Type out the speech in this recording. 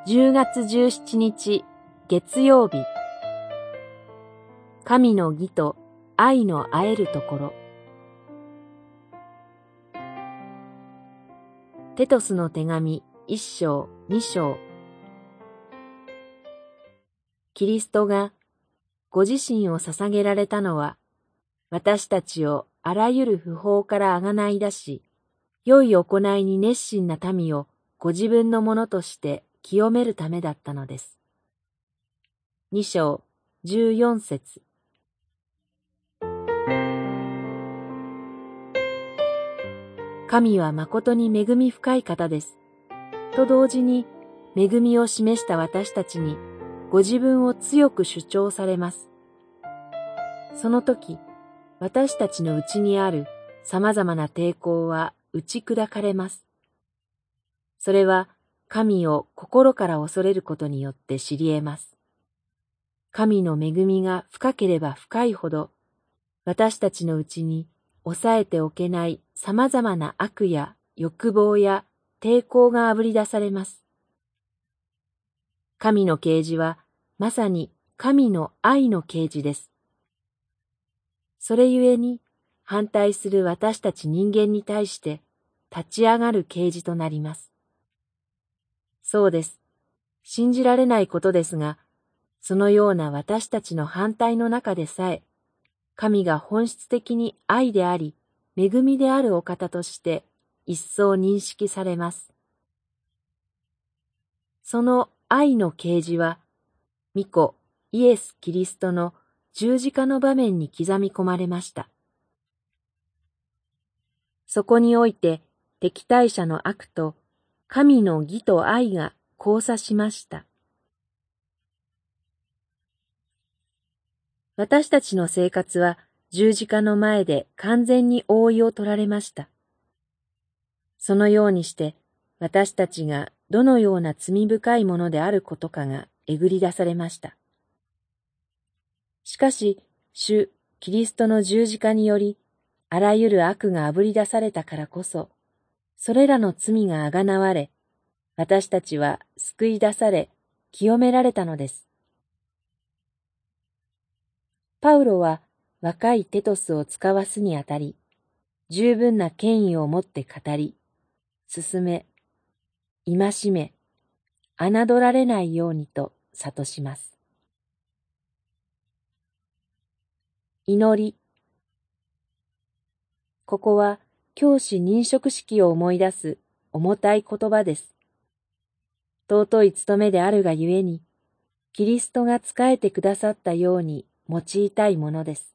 10月17日月曜日。神の義と愛の会えるところ。テトスの手紙1章2章。キリストがご自身を捧げられたのは、私たちをあらゆる不法からあがない出し、良い行いに熱心な民をご自分のものとして清めるためだったのです。2章14節。神は誠に恵み深い方です。と同時に、恵みを示した私たちに、ご自分を強く主張されます。その時、私たちの内にある様々な抵抗は打ち砕かれます。それは、神を心から恐れることによって知り得ます。神の恵みが深ければ深いほど、私たちのうちに抑えておけない様々な悪や欲望や抵抗があぶり出されます。神の啓示はまさに神の愛の啓示です。それゆえに反対する私たち人間に対して立ち上がる啓示となります。そうです。信じられないことですが、そのような私たちの反対の中でさえ、神が本質的に愛であり、恵みであるお方として一層認識されます。その愛の啓示は、御子イエス・キリストの十字架の場面に刻み込まれました。そこにおいて敵対者の悪と神の義と愛が交差しました。私たちの生活は十字架の前で完全に覆いを取られました。そのようにして私たちがどのような罪深いものであることかがえぐり出されました。しかし、主キリストの十字架により、あらゆる悪があぶり出されたからこそ、それらの罪があがなわれ、私たちは救い出され、清められたのです。パウロは若いテトスを使わすにあたり、十分な権威を持って語り、進め、戒め、侮られないようにと諭します。祈り。ここは教師任職式を思い出す重たい言葉です。尊い務めであるがゆえに、キリストが仕えてくださったように用いたいものです。